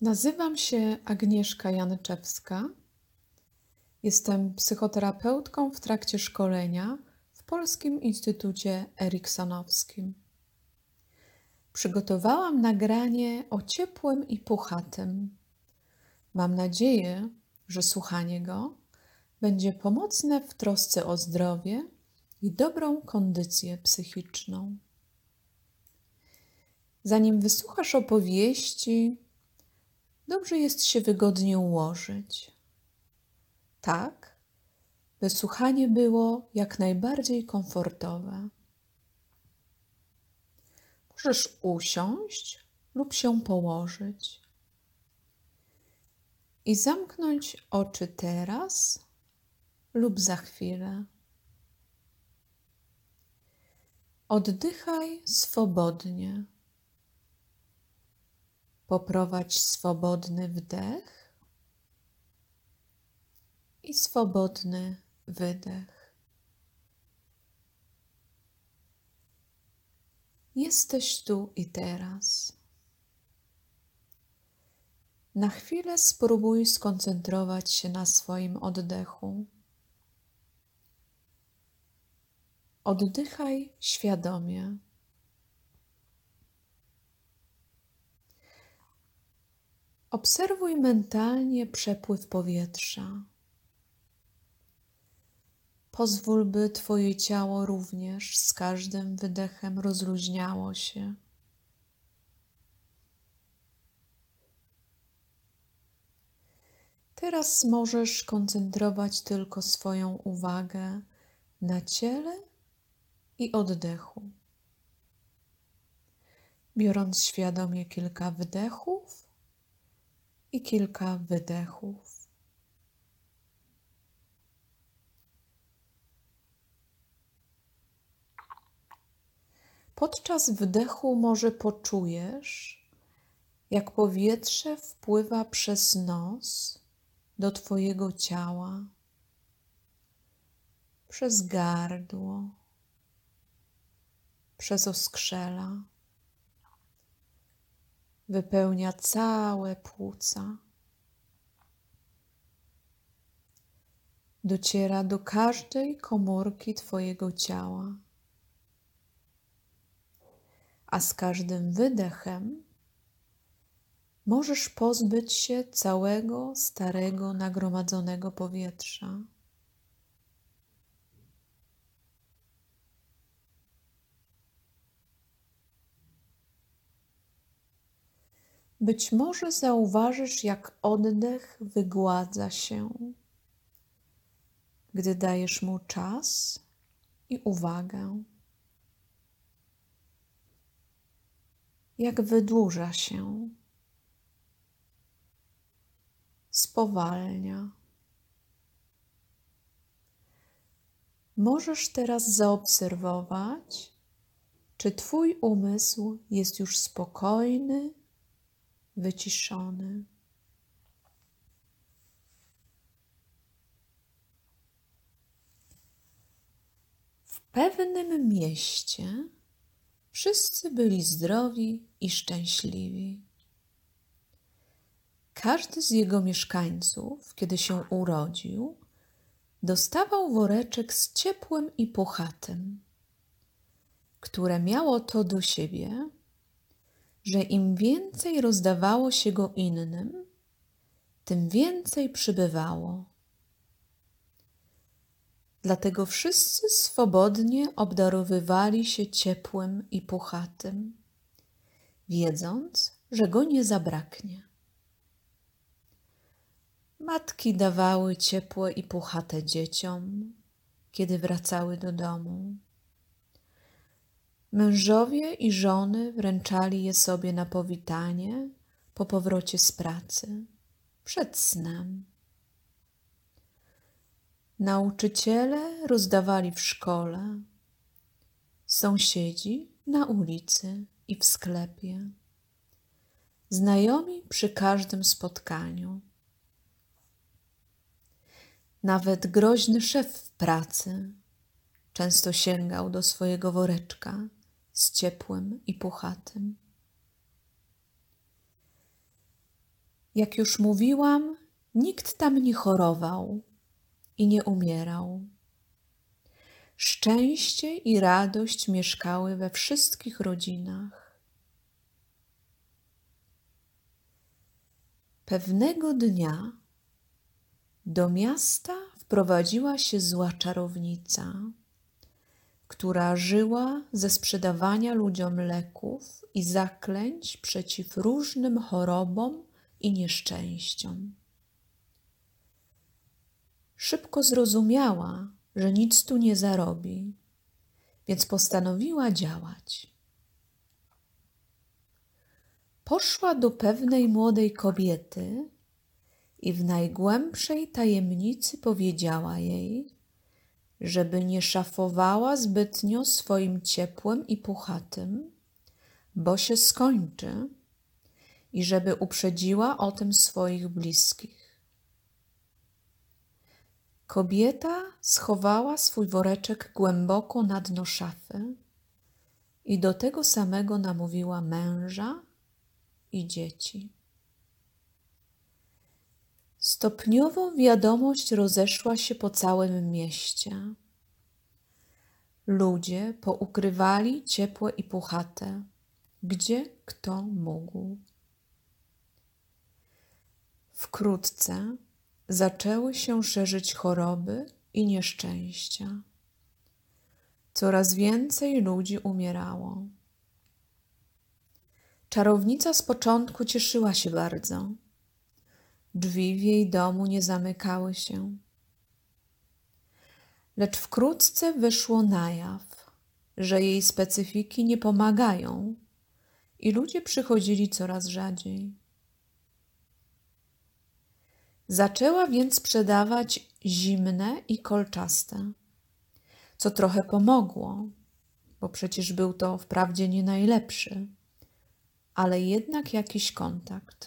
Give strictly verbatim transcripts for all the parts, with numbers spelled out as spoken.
Nazywam się Agnieszka Janczewska. Jestem psychoterapeutką w trakcie szkolenia w Polskim Instytucie Eriksonowskim. Przygotowałam nagranie o ciepłym i puchatym. Mam nadzieję, że słuchanie go będzie pomocne w trosce o zdrowie i dobrą kondycję psychiczną. Zanim wysłuchasz opowieści, dobrze jest się wygodnie ułożyć, tak, by słuchanie było jak najbardziej komfortowe. Możesz usiąść lub się położyć i zamknąć oczy teraz lub za chwilę. Oddychaj swobodnie. Poprowadź swobodny wdech i swobodny wydech. Jesteś tu i teraz. Na chwilę spróbuj skoncentrować się na swoim oddechu. Oddychaj świadomie. Obserwuj mentalnie przepływ powietrza. Pozwól, by Twoje ciało również z każdym wydechem rozluźniało się. Teraz możesz koncentrować tylko swoją uwagę na ciele i oddechu. Biorąc świadomie kilka wdechów i kilka wydechów. Podczas wdechu może poczujesz, jak powietrze wpływa przez nos do Twojego ciała, przez gardło, przez oskrzela. Wypełnia całe płuca. Dociera do każdej komórki Twojego ciała. A z każdym wydechem możesz pozbyć się całego starego, nagromadzonego powietrza. Być może zauważysz, jak oddech wygładza się, gdy dajesz mu czas i uwagę. Jak wydłuża się, spowalnia. Możesz teraz zaobserwować, czy Twój umysł jest już spokojny, wyciszony. W pewnym mieście wszyscy byli zdrowi i szczęśliwi. Każdy z jego mieszkańców, kiedy się urodził, dostawał woreczek z ciepłym i puchatym, które miało to do siebie, że im więcej rozdawało się go innym, tym więcej przybywało. Dlatego wszyscy swobodnie obdarowywali się ciepłym i puchatym, wiedząc, że go nie zabraknie. Matki dawały ciepłe i puchate dzieciom, kiedy wracały do domu. Mężowie i żony wręczali je sobie na powitanie po powrocie z pracy, przed snem. Nauczyciele rozdawali w szkole, sąsiedzi na ulicy i w sklepie, znajomi przy każdym spotkaniu. Nawet groźny szef w pracy często sięgał do swojego woreczka z ciepłym i puchatym. Jak już mówiłam, nikt tam nie chorował i nie umierał. Szczęście i radość mieszkały we wszystkich rodzinach. Pewnego dnia do miasta wprowadziła się zła czarownica, która żyła ze sprzedawania ludziom leków i zaklęć przeciw różnym chorobom i nieszczęściom. Szybko zrozumiała, że nic tu nie zarobi, więc postanowiła działać. Poszła do pewnej młodej kobiety i w najgłębszej tajemnicy powiedziała jej, żeby nie szafowała zbytnio swoim ciepłem i puchatym, bo się skończy, i żeby uprzedziła o tym swoich bliskich. Kobieta schowała swój woreczek głęboko na dno szafy i do tego samego namówiła męża i dzieci. Stopniowo wiadomość rozeszła się po całym mieście. Ludzie poukrywali ciepłe i puchate, gdzie kto mógł. Wkrótce zaczęły się szerzyć choroby i nieszczęścia. Coraz więcej ludzi umierało. Czarownica z początku cieszyła się bardzo. Drzwi w jej domu nie zamykały się. Lecz wkrótce wyszło na jaw, że jej specyfiki nie pomagają i ludzie przychodzili coraz rzadziej. Zaczęła więc sprzedawać zimne i kolczaste, co trochę pomogło, bo przecież był to wprawdzie nie najlepszy, ale jednak jakiś kontakt.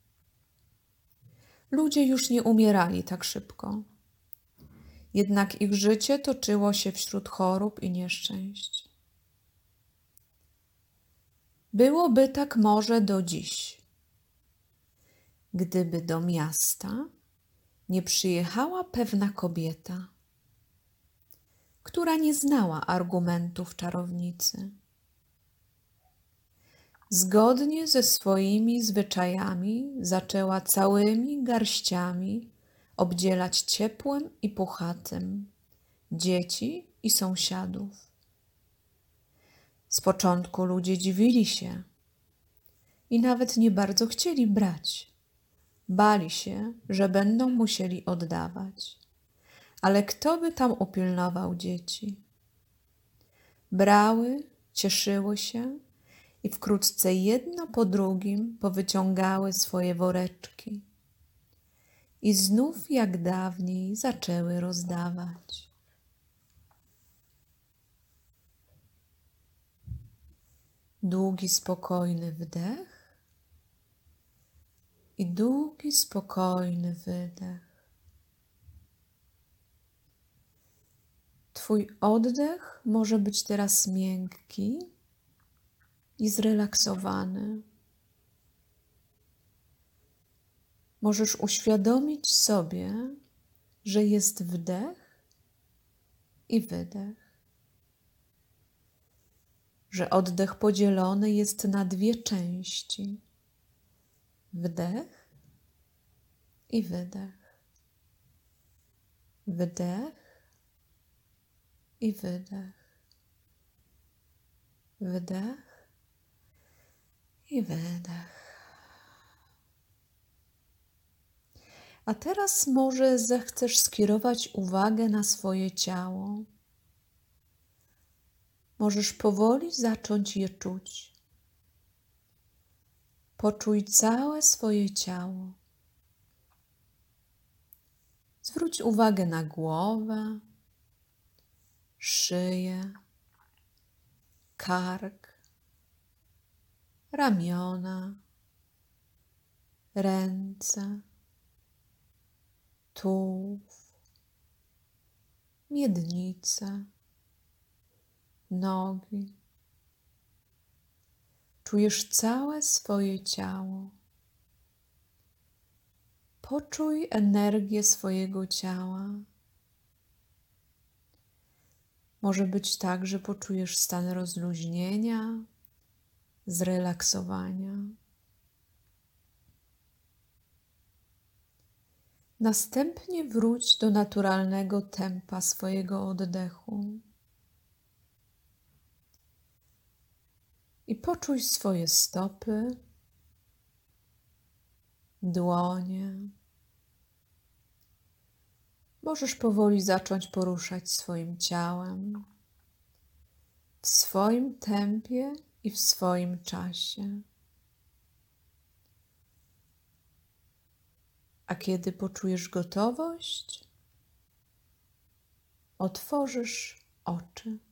Ludzie już nie umierali tak szybko, jednak ich życie toczyło się wśród chorób i nieszczęść. Byłoby tak może do dziś, gdyby do miasta nie przyjechała pewna kobieta, która nie znała argumentów czarownicy. Zgodnie ze swoimi zwyczajami zaczęła całymi garściami obdzielać ciepłem i puchatym dzieci i sąsiadów. Z początku ludzie dziwili się i nawet nie bardzo chcieli brać. Bali się, że będą musieli oddawać. Ale kto by tam upilnował dzieci? Brały, cieszyły się i wkrótce jedno po drugim powyciągały swoje woreczki i znów jak dawniej zaczęły rozdawać. Długi, spokojny wdech i długi, spokojny wydech. Twój oddech może być teraz miękki i zrelaksowany. Możesz uświadomić sobie, że jest wdech i wydech. Że oddech podzielony jest na dwie części. Wdech i wydech. Wdech i wydech. Wdech i wydech. A teraz może zechcesz skierować uwagę na swoje ciało. Możesz powoli zacząć je czuć. Poczuj całe swoje ciało. Zwróć uwagę na głowę, szyję, kark, ramiona, ręce, tułów, miednicę, nogi. Czujesz całe swoje ciało. Poczuj energię swojego ciała. Może być tak, że poczujesz stan rozluźnienia, zrelaksowania. Następnie wróć do naturalnego tempa swojego oddechu i poczuj swoje stopy, dłonie. Możesz powoli zacząć poruszać swoim ciałem w swoim tempie i w swoim czasie. A kiedy poczujesz gotowość, otworzysz oczy.